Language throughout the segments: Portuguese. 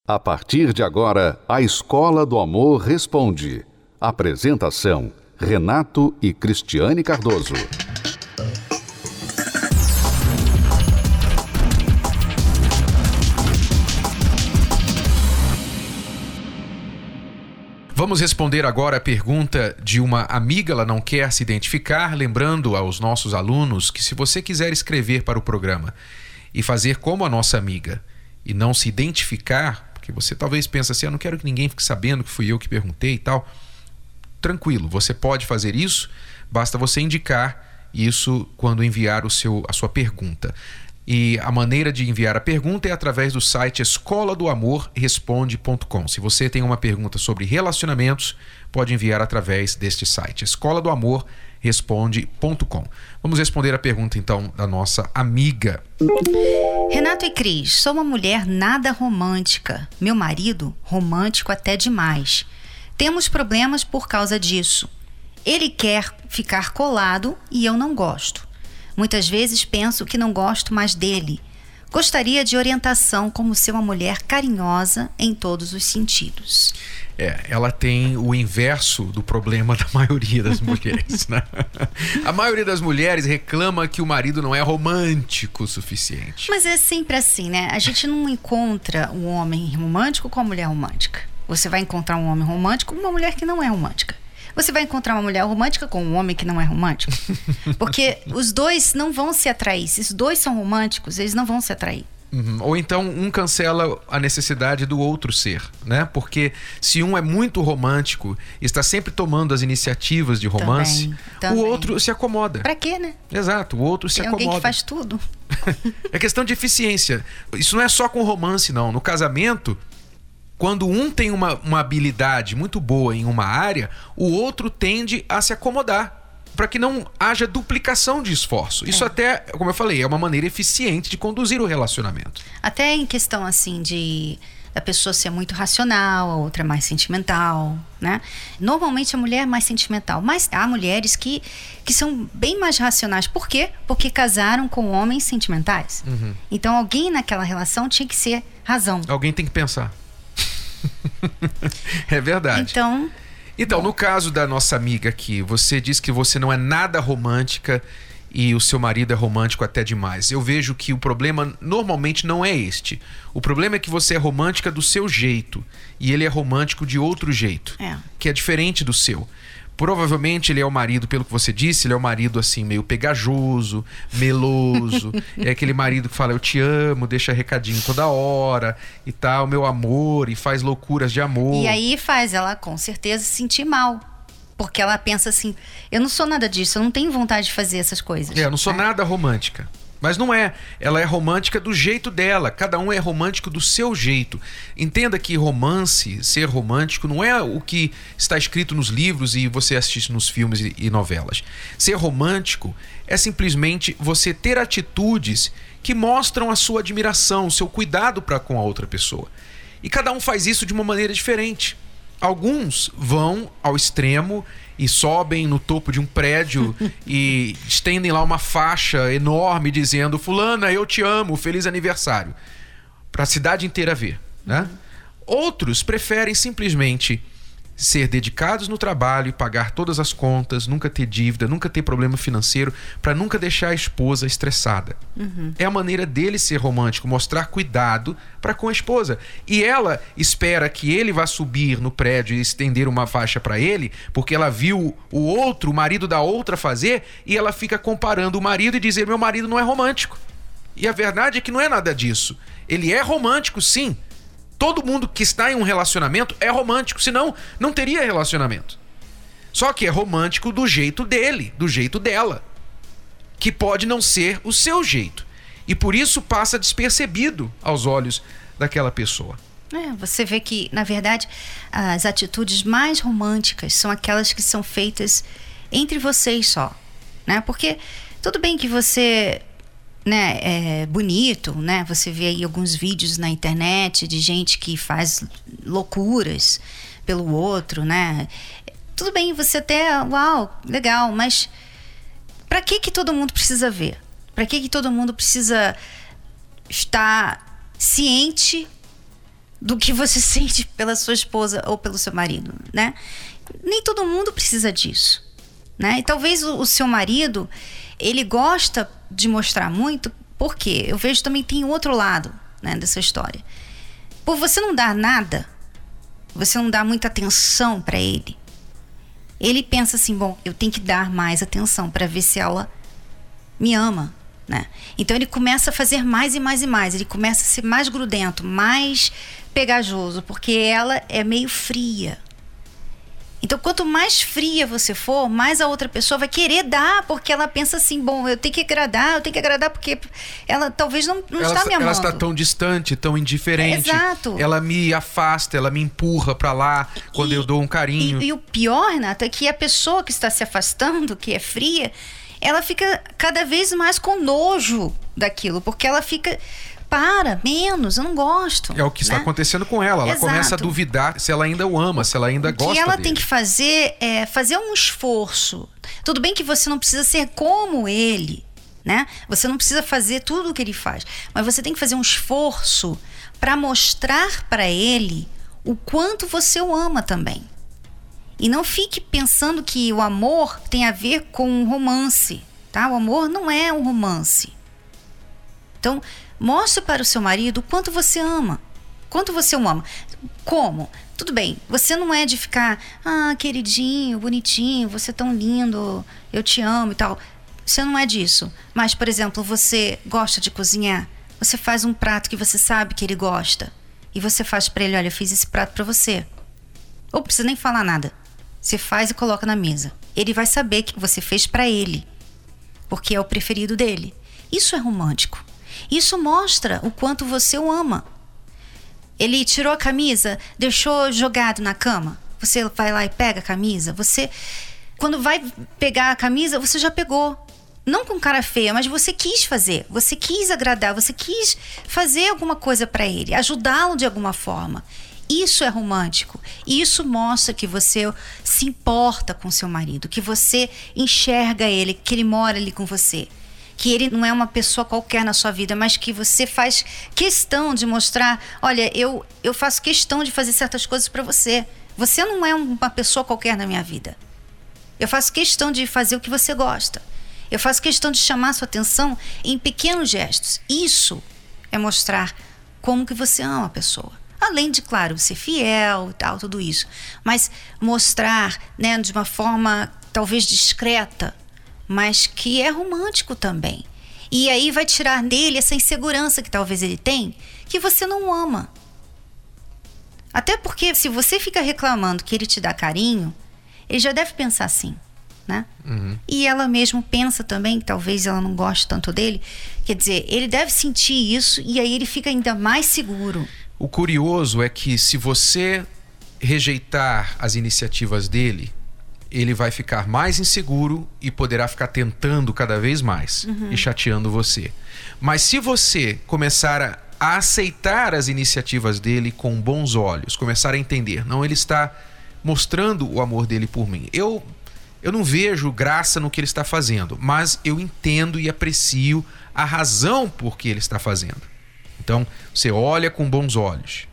A partir de agora, a Escola do Amor Responde. Apresentação: Renato e Cristiane Cardoso. Vamos responder agora a pergunta de uma amiga, ela não quer se identificar, lembrando aos nossos alunos que se você quiser escrever para o programa e fazer como a nossa amiga e não se identificar, porque você talvez pense assim, eu não quero que ninguém fique sabendo que fui eu que perguntei e tal, tranquilo, você pode fazer isso, basta você indicar isso quando enviar a sua pergunta. E a maneira de enviar a pergunta é através do site escoladoamorresponde.com. Se você tem uma pergunta sobre relacionamentos, pode enviar através deste site, escoladoamorresponde.com. Vamos responder a pergunta então da nossa amiga. Renato e Cris, sou uma mulher nada romântica. Meu marido, romântico até demais. Temos problemas por causa disso. Ele quer ficar colado e eu não gosto. Muitas vezes penso que não gosto mais dele. Gostaria de orientação como ser uma mulher carinhosa em todos os sentidos. Ela tem o inverso do problema da maioria das mulheres, né? A maioria das mulheres reclama que o marido não é romântico o suficiente. Mas é sempre assim, né? A gente não encontra um homem romântico com a mulher romântica. Você vai encontrar um homem romântico com uma mulher que não é romântica. Você vai encontrar uma mulher romântica com um homem que não é romântico. Porque os dois não vão se atrair. Se os dois são românticos, eles não vão se atrair. Ou então um cancela a necessidade do outro ser, né? Porque se um é muito romântico e está sempre tomando as iniciativas de romance, também. O outro se acomoda. Pra quê, né? Exato, o outro se acomoda. Tem alguém que faz tudo. É questão de eficiência. Isso não é só com romance, não. No casamento, quando um tem uma habilidade muito boa em uma área, o outro tende a se acomodar, para que não haja duplicação de esforço. Isso até, como eu falei, é uma maneira eficiente de conduzir o relacionamento. Até em questão assim da pessoa ser muito racional, a outra mais sentimental, né? Normalmente a mulher é mais sentimental, mas há mulheres que são bem mais racionais. Por quê? Porque casaram com homens sentimentais. Então alguém naquela relação tinha que ser razão. Alguém tem que pensar. É verdade. Então, no caso da nossa amiga aqui, você diz que você não é nada romântica e o seu marido é romântico até demais. Eu vejo que o problema normalmente não é este. O problema é que você é romântica do seu jeito e ele é romântico de outro jeito, que é diferente do seu. Provavelmente ele é o marido, pelo que você disse, ele é o marido assim meio pegajoso, meloso. É aquele marido que fala, eu te amo, deixa recadinho toda hora e tal, meu amor, e faz loucuras de amor. E aí faz ela com certeza se sentir mal. Porque ela pensa assim, eu não sou nada disso, eu não tenho vontade de fazer essas coisas. Eu não sou nada romântica. Mas não é, ela é romântica do jeito dela, cada um é romântico do seu jeito. Entenda que romance, ser romântico, não é o que está escrito nos livros e você assiste nos filmes e novelas. Ser romântico é simplesmente você ter atitudes que mostram a sua admiração, o seu cuidado para com a outra pessoa. E cada um faz isso de uma maneira diferente. Alguns vão ao extremo e sobem no topo de um prédio e estendem lá uma faixa enorme dizendo, fulana, eu te amo, feliz aniversário, para a cidade inteira ver, né? Outros preferem simplesmente ser dedicados no trabalho e pagar todas as contas, nunca ter dívida, nunca ter problema financeiro, para nunca deixar a esposa estressada. É a maneira dele ser romântico, mostrar cuidado para com a esposa. E ela espera que ele vá subir no prédio e estender uma faixa para ele, porque ela viu o marido da outra fazer, e ela fica comparando o marido e dizer, meu marido não é romântico. E a verdade é que não é nada disso. Ele é romântico, sim. Todo mundo que está em um relacionamento é romântico, senão não teria relacionamento. Só que é romântico do jeito dele, do jeito dela, que pode não ser o seu jeito. E por isso passa despercebido aos olhos daquela pessoa. Você vê que, na verdade, as atitudes mais românticas são aquelas que são feitas entre vocês só, né? Porque tudo bem que você, né, é bonito, né? Você vê aí alguns vídeos na internet de gente que faz loucuras pelo outro, né? Tudo bem, você até, uau, legal, mas para que todo mundo precisa ver? Para que todo mundo precisa estar ciente do que você sente pela sua esposa ou pelo seu marido, né? Nem todo mundo precisa disso, né? E talvez o seu marido, ele gosta de mostrar muito, porque eu vejo também tem outro lado, né, dessa história. Por você não dar nada, você não dá muita atenção para ele, ele pensa assim, bom, eu tenho que dar mais atenção para ver se ela me ama, né? Então ele começa a fazer mais e mais e mais, ele começa a ser mais grudento, mais pegajoso, porque ela é meio fria. Então quanto mais fria você for, mais a outra pessoa vai querer dar, porque ela pensa assim, bom, eu tenho que agradar porque ela talvez não está me amando. Ela está tão distante, tão indiferente. Exato. Ela me afasta, ela me empurra para lá quando eu dou um carinho. E o pior, Renato, é que a pessoa que está se afastando, que é fria, ela fica cada vez mais com nojo daquilo, porque ela fica... Para, menos, eu não gosto. É o que está acontecendo com ela. Ela Exato. Começa a duvidar se ela ainda o ama, se ela ainda gosta dele. O que ela tem que fazer é fazer um esforço. Tudo bem que você não precisa ser como ele, né? Você não precisa fazer tudo o que ele faz. Mas você tem que fazer um esforço para mostrar para ele o quanto você o ama também. E não fique pensando que o amor tem a ver com um romance, tá? O amor não é um romance. Então, mostre para o seu marido o quanto você ama. Quanto você o ama. Como? Tudo bem, você não é de ficar, queridinho, bonitinho, você é tão lindo, eu te amo e tal. Você não é disso. Mas, por exemplo, você gosta de cozinhar, você faz um prato que você sabe que ele gosta. E você faz para ele, olha, eu fiz esse prato para você. Ou não precisa nem falar nada. Você faz e coloca na mesa. Ele vai saber que você fez para ele. Porque é o preferido dele. Isso é romântico. Isso mostra o quanto você o ama. Ele tirou a camisa, deixou jogado na cama. Você vai lá e pega a camisa. Você, quando vai pegar a camisa, você já pegou. Não com cara feia, mas você quis fazer. Você quis agradar, você quis fazer alguma coisa para ele, ajudá-lo de alguma forma. Isso é romântico. Isso mostra que você se importa com seu marido, que você enxerga ele, que ele mora ali com você. Que ele não é uma pessoa qualquer na sua vida, mas que você faz questão de mostrar, olha, eu faço questão de fazer certas coisas para você. Você não é uma pessoa qualquer na minha vida. Eu faço questão de fazer o que você gosta. Eu faço questão de chamar sua atenção em pequenos gestos. Isso é mostrar como que você ama a pessoa. Além de, claro, ser fiel e tal, tudo isso. Mas mostrar, né, de uma forma talvez discreta, mas que é romântico também. E aí vai tirar dele essa insegurança que talvez ele tem, que você não ama. Até porque se você fica reclamando que ele te dá carinho, ele já deve pensar assim, né? Uhum. E ela mesmo pensa também que talvez ela não goste tanto dele. Quer dizer, ele deve sentir isso e aí ele fica ainda mais seguro. O curioso é que se você rejeitar as iniciativas dele, ele vai ficar mais inseguro e poderá ficar tentando cada vez mais e chateando você. Mas se você começar a aceitar as iniciativas dele com bons olhos, começar a entender, não, ele está mostrando o amor dele por mim. Eu não vejo graça no que ele está fazendo, mas eu entendo e aprecio a razão por que ele está fazendo. Então, você olha com bons olhos.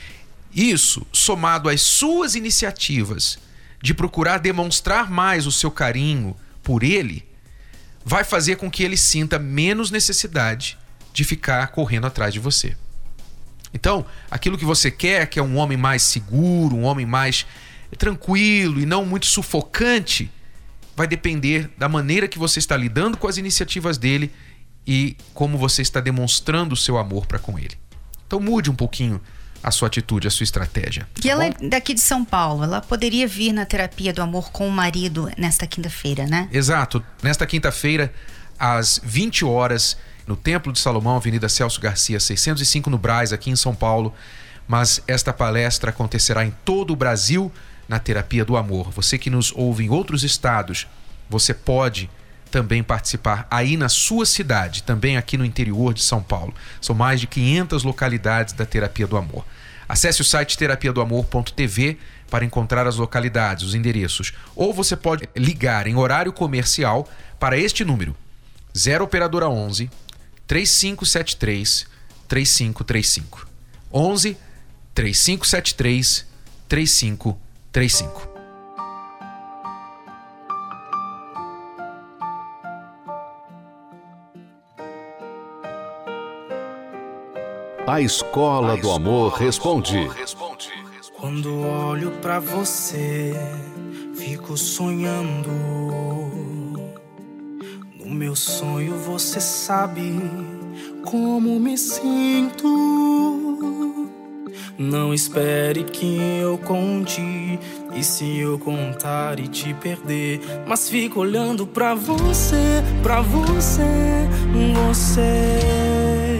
Isso, somado às suas iniciativas de procurar demonstrar mais o seu carinho por ele, vai fazer com que ele sinta menos necessidade de ficar correndo atrás de você. Então, aquilo que você quer, que é um homem mais seguro, um homem mais tranquilo e não muito sufocante, vai depender da maneira que você está lidando com as iniciativas dele e como você está demonstrando o seu amor para com ele. Então mude um pouquinho a sua atitude, a sua estratégia. E ela é daqui de São Paulo, ela poderia vir na terapia do amor com o marido nesta quinta-feira, né? Exato. Nesta quinta-feira, às 20 horas, no Templo de Salomão, Avenida Celso Garcia, 605 no Brás, aqui em São Paulo. Mas esta palestra acontecerá em todo o Brasil na terapia do amor. Você que nos ouve em outros estados, você pode também participar aí na sua cidade, também aqui no interior de São Paulo. São mais de 500 localidades da terapia do amor. Acesse o site terapiadoamor.tv para encontrar as localidades, os endereços. Ou você pode ligar em horário comercial para este número: 0 operadora 11 3573 3535. 11 3573-3535. A Escola do Amor responde. Quando olho pra você, fico sonhando. No meu sonho você sabe como me sinto. Não espere que eu conte, e se eu contar e te perder, mas fico olhando pra você, você.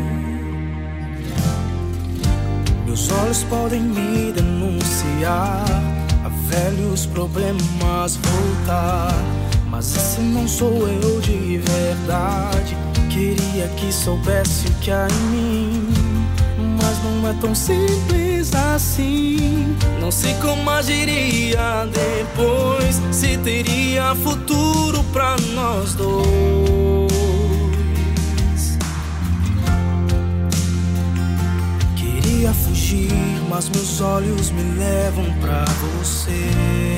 Meus olhos podem me denunciar, a velhos problemas voltar, mas esse não sou eu de verdade. Queria que soubesse o que há em mim, mas não é tão simples assim. Não sei como agiria depois, se teria futuro pra nós dois. Queria fugir, mas meus olhos me levam pra você.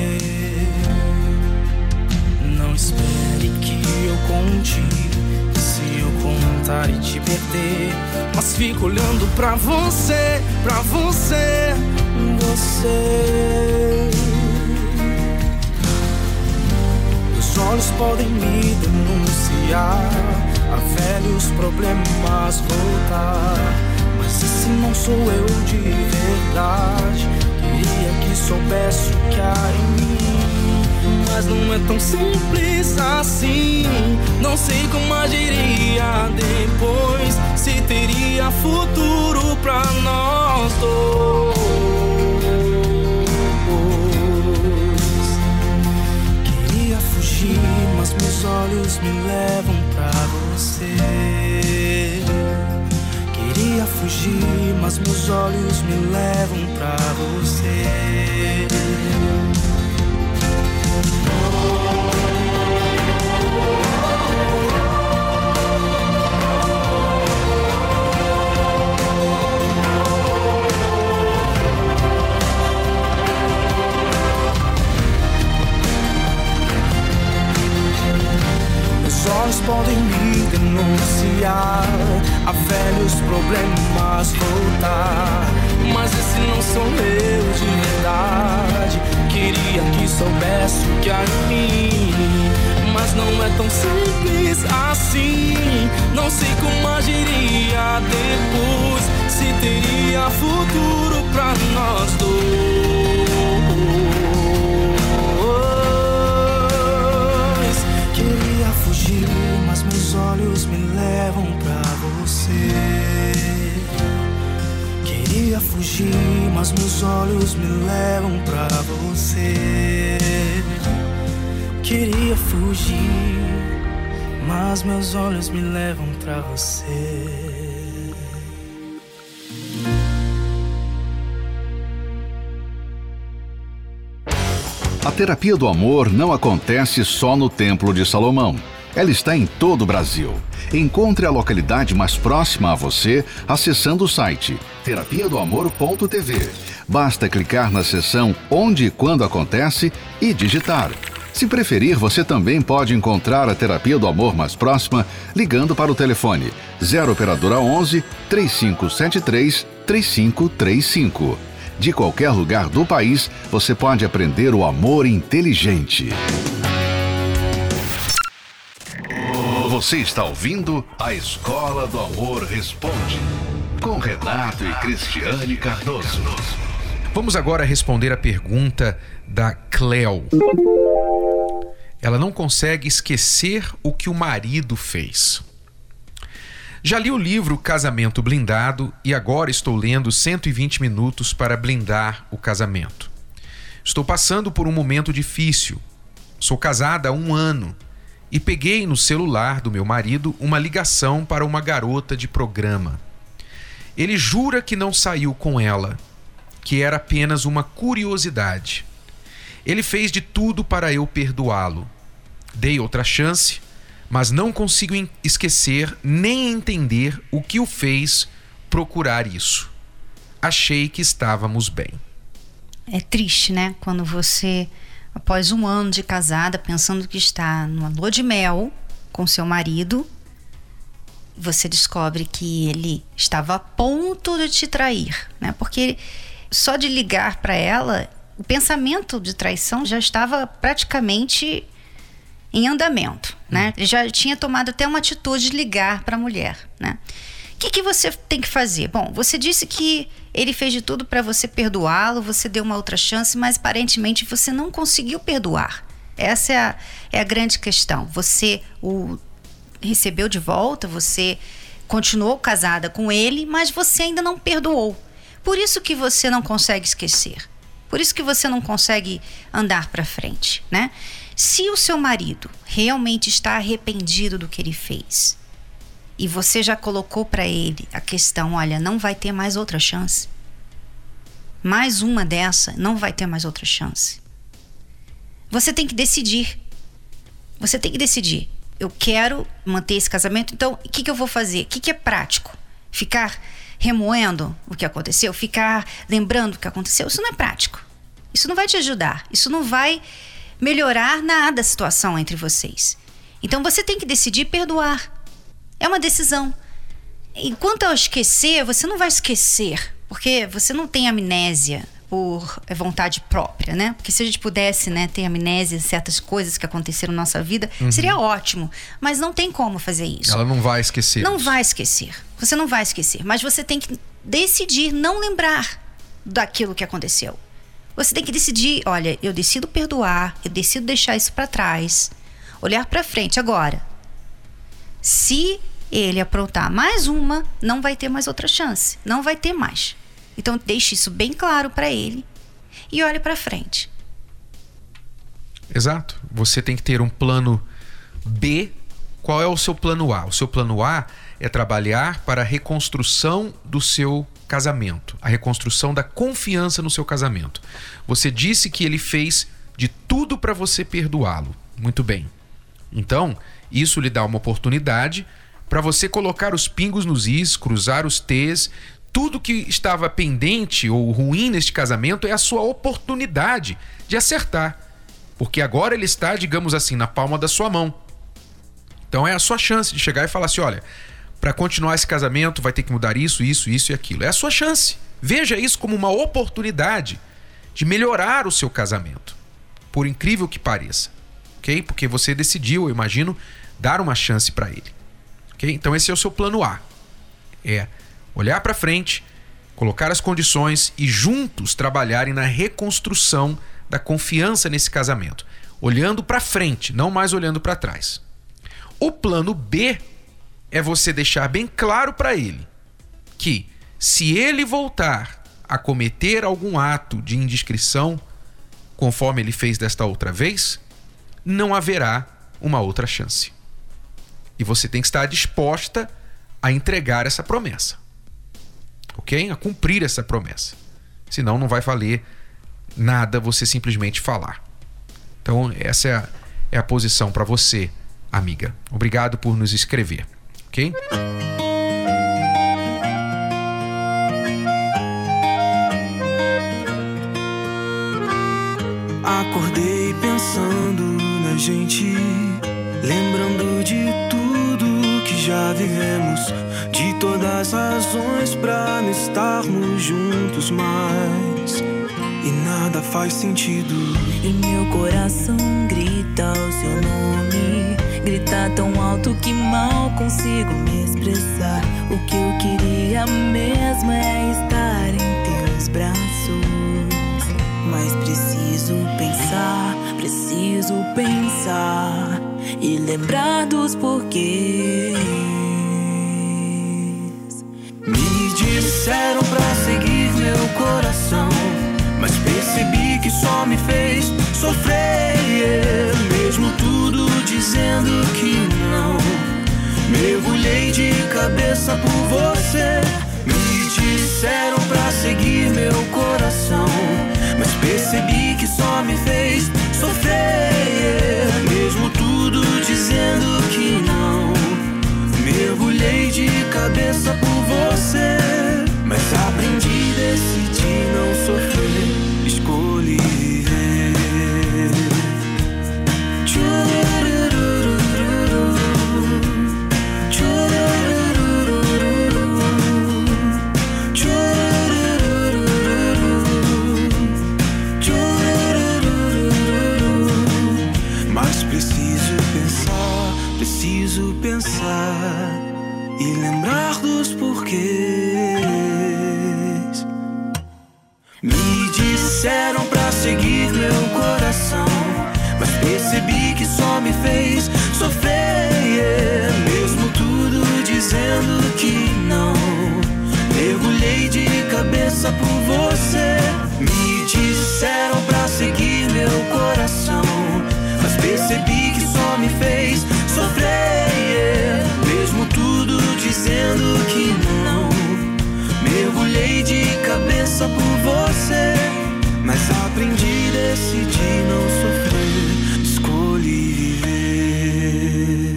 Não espere que eu conte, se eu contar e te perder, mas fico olhando pra você, você. Meus olhos podem me denunciar, a velhos problemas voltar, mas esse não sou eu de verdade. Queria que soubesse o que há em mim, mas não é tão simples assim. Não sei como agiria depois, se teria futuro pra nós dois. Queria fugir, mas meus olhos me levam pra você. Queria fugir, mas meus olhos me levam pra você. Meus olhos podem me denunciar, a velhos problemas voltar, mas esse não sou eu de verdade. Queria que soubesse o que há em mim, mas não é tão simples assim. Não sei como agiria depois, se teria futuro pra nós dois. Queria fugir, mas meus olhos me levam pra você. Queria fugir, mas meus olhos me levam pra você. Queria fugir, mas meus olhos me levam pra você. A terapia do amor não acontece só no Templo de Salomão. Ela está em todo o Brasil. Encontre a localidade mais próxima a você acessando o site terapiadoamor.tv. Basta clicar na seção Onde e Quando Acontece e digitar. Se preferir, você também pode encontrar a terapia do amor mais próxima ligando para o telefone 0 operadora 11 3573 3535. De qualquer lugar do país, você pode aprender o amor inteligente. Você está ouvindo A Escola do Amor Responde, com Renato e Cristiane Cardoso. Vamos agora responder a pergunta da Cleo. Ela não consegue esquecer o que o marido fez. Já li o livro Casamento Blindado e agora estou lendo 120 minutos para blindar o casamento. Estou passando por um momento difícil. Sou casada há 1 ano e peguei no celular do meu marido uma ligação para uma garota de programa. Ele jura que não saiu com ela, que era apenas uma curiosidade. Ele fez de tudo para eu perdoá-lo. Dei outra chance, mas não consigo esquecer nem entender o que o fez procurar isso. achei que estávamos bem. É triste, né? Quando você, após 1 ano de casada, pensando que está numa lua de mel com seu marido, você descobre que ele estava a ponto de te trair, né? Porque só de ligar para ela, o pensamento de traição já estava praticamente em andamento, né? Ele já tinha tomado até uma atitude de ligar para a mulher, né? O que você tem que fazer? Bom, você disse que ele fez de tudo para você perdoá-lo, você deu uma outra chance, mas aparentemente você não conseguiu perdoar. Essa é a grande questão. Você o recebeu de volta, você continuou casada com ele, mas você ainda não perdoou. Por isso que você não consegue esquecer. Por isso que você não consegue andar para frente, né? Se o seu marido realmente está arrependido do que ele fez e você já colocou para ele a questão, olha, não vai ter mais outra chance. Mais uma dessa, não vai ter mais outra chance. Você tem que decidir. Você tem que decidir. Eu quero manter esse casamento, então o que eu vou fazer? O que é prático? Ficar remoendo o que aconteceu? Ficar lembrando o que aconteceu? Isso não é prático. Isso não vai te ajudar. Isso não vai melhorar nada a situação entre vocês. Então você tem que decidir perdoar. É uma decisão. Enquanto eu esquecer, você não vai esquecer, porque você não tem amnésia por vontade própria, né? Porque se a gente pudesse, né, ter amnésia de certas coisas que aconteceram na nossa vida, seria ótimo. Mas não tem como fazer isso. Ela não vai esquecer. Não vai esquecer. Você não vai esquecer. Mas você tem que decidir não lembrar daquilo que aconteceu. Você tem que decidir, olha, eu decido perdoar, eu decido deixar isso para trás, olhar para frente. Agora, se ele aprontar mais uma, não vai ter mais outra chance, não vai ter mais. Então deixe isso bem claro para ele e olhe para frente. Exato. Você tem que ter um plano B. Qual é o seu plano A? O seu plano A é trabalhar para a reconstrução do seu casamento, a reconstrução da confiança no seu casamento. Você disse que ele fez de tudo para você perdoá-lo. Muito bem. Então, isso lhe dá uma oportunidade para você colocar os pingos nos is, cruzar os T's. Tudo que estava pendente ou ruim neste casamento é a sua oportunidade de acertar. Porque agora ele está, digamos assim, na palma da sua mão. Então é a sua chance de chegar e falar assim, olha, para continuar esse casamento vai ter que mudar isso, isso, isso e aquilo. É a sua chance. Veja isso como uma oportunidade de melhorar o seu casamento. Por incrível que pareça. Ok? Porque você decidiu, eu imagino, dar uma chance para ele. Ok? Então esse é o seu plano A. É olhar para frente, colocar as condições e juntos trabalharem na reconstrução da confiança nesse casamento. Olhando para frente, não mais olhando para trás. O plano B é você deixar bem claro para ele que se ele voltar a cometer algum ato de indiscrição, conforme ele fez desta outra vez, não haverá uma outra chance. E você tem que estar disposta a entregar essa promessa. Ok? A cumprir essa promessa. Senão não vai valer nada você simplesmente falar. Então essa é a posição para você, amiga. Obrigado por nos escrever. Ok? Acordei pensando na gente, lembrando de tudo que já vivemos, de todas as razões pra não estarmos juntos mais. E nada faz sentido. E meu coração grita o seu nome, grita tão alto que mal consigo me expressar. O que eu queria mesmo é estar em teus braços. Mas preciso pensar e lembrar dos porquês. Me disseram pra seguir meu coração, mas percebi que só me fez sofrer. Mesmo tudo dizendo que não, mergulhei de cabeça por você. Me disseram pra seguir meu coração, mas percebi que só me fez sofrer. Mesmo tudo dizendo que não, mergulhei de cabeça por você. Mas aprendi Me disseram pra seguir meu coração, mas percebi que só me fez sofrer. Mesmo tudo dizendo que não, mergulhei de cabeça por você. Me disseram pra seguir meu coração, mas percebi que só me fez sofrer. Mesmo tudo dizendo que não, mergulhei de cabeça por você. Mas aprendi, decidi não sofrer, escolhi viver.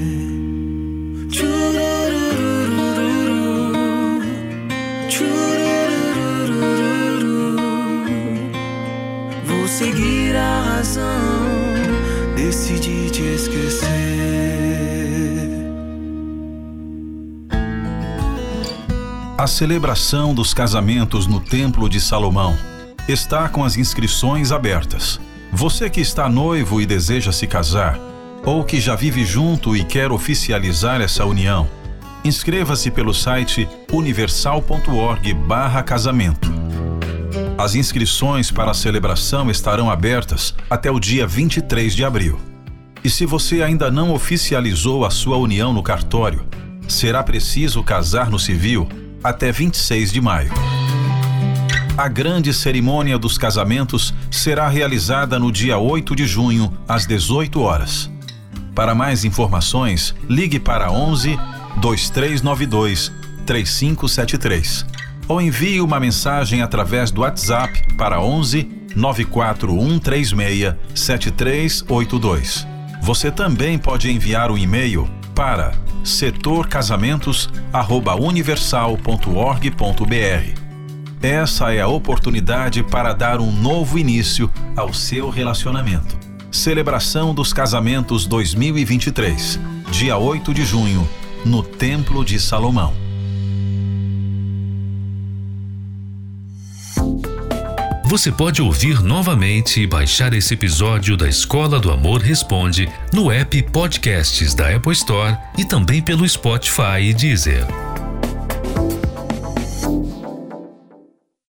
Vou seguir a razão, decidi te esquecer. A celebração dos casamentos no Templo de Salomão está com as inscrições abertas. Você que está noivo e deseja se casar, ou que já vive junto e quer oficializar essa união, inscreva-se pelo site universal.org/casamento. As inscrições para a celebração estarão abertas até o dia 23 de abril. E se você ainda não oficializou a sua união no cartório, será preciso casar no civil até 26 de maio. A grande cerimônia dos casamentos será realizada no dia 8 de junho, às 18 horas. Para mais informações, ligue para 11 2392 3573 ou envie uma mensagem através do WhatsApp para 11 94136 7382. Você também pode enviar um e-mail para setorcasamentos@universal.org.br. Essa é a oportunidade para dar um novo início ao seu relacionamento. Celebração dos Casamentos 2023, dia 8 de junho, no Templo de Salomão. Você pode ouvir novamente e baixar esse episódio da Escola do Amor Responde no app Podcasts da Apple Store e também pelo Spotify e Deezer.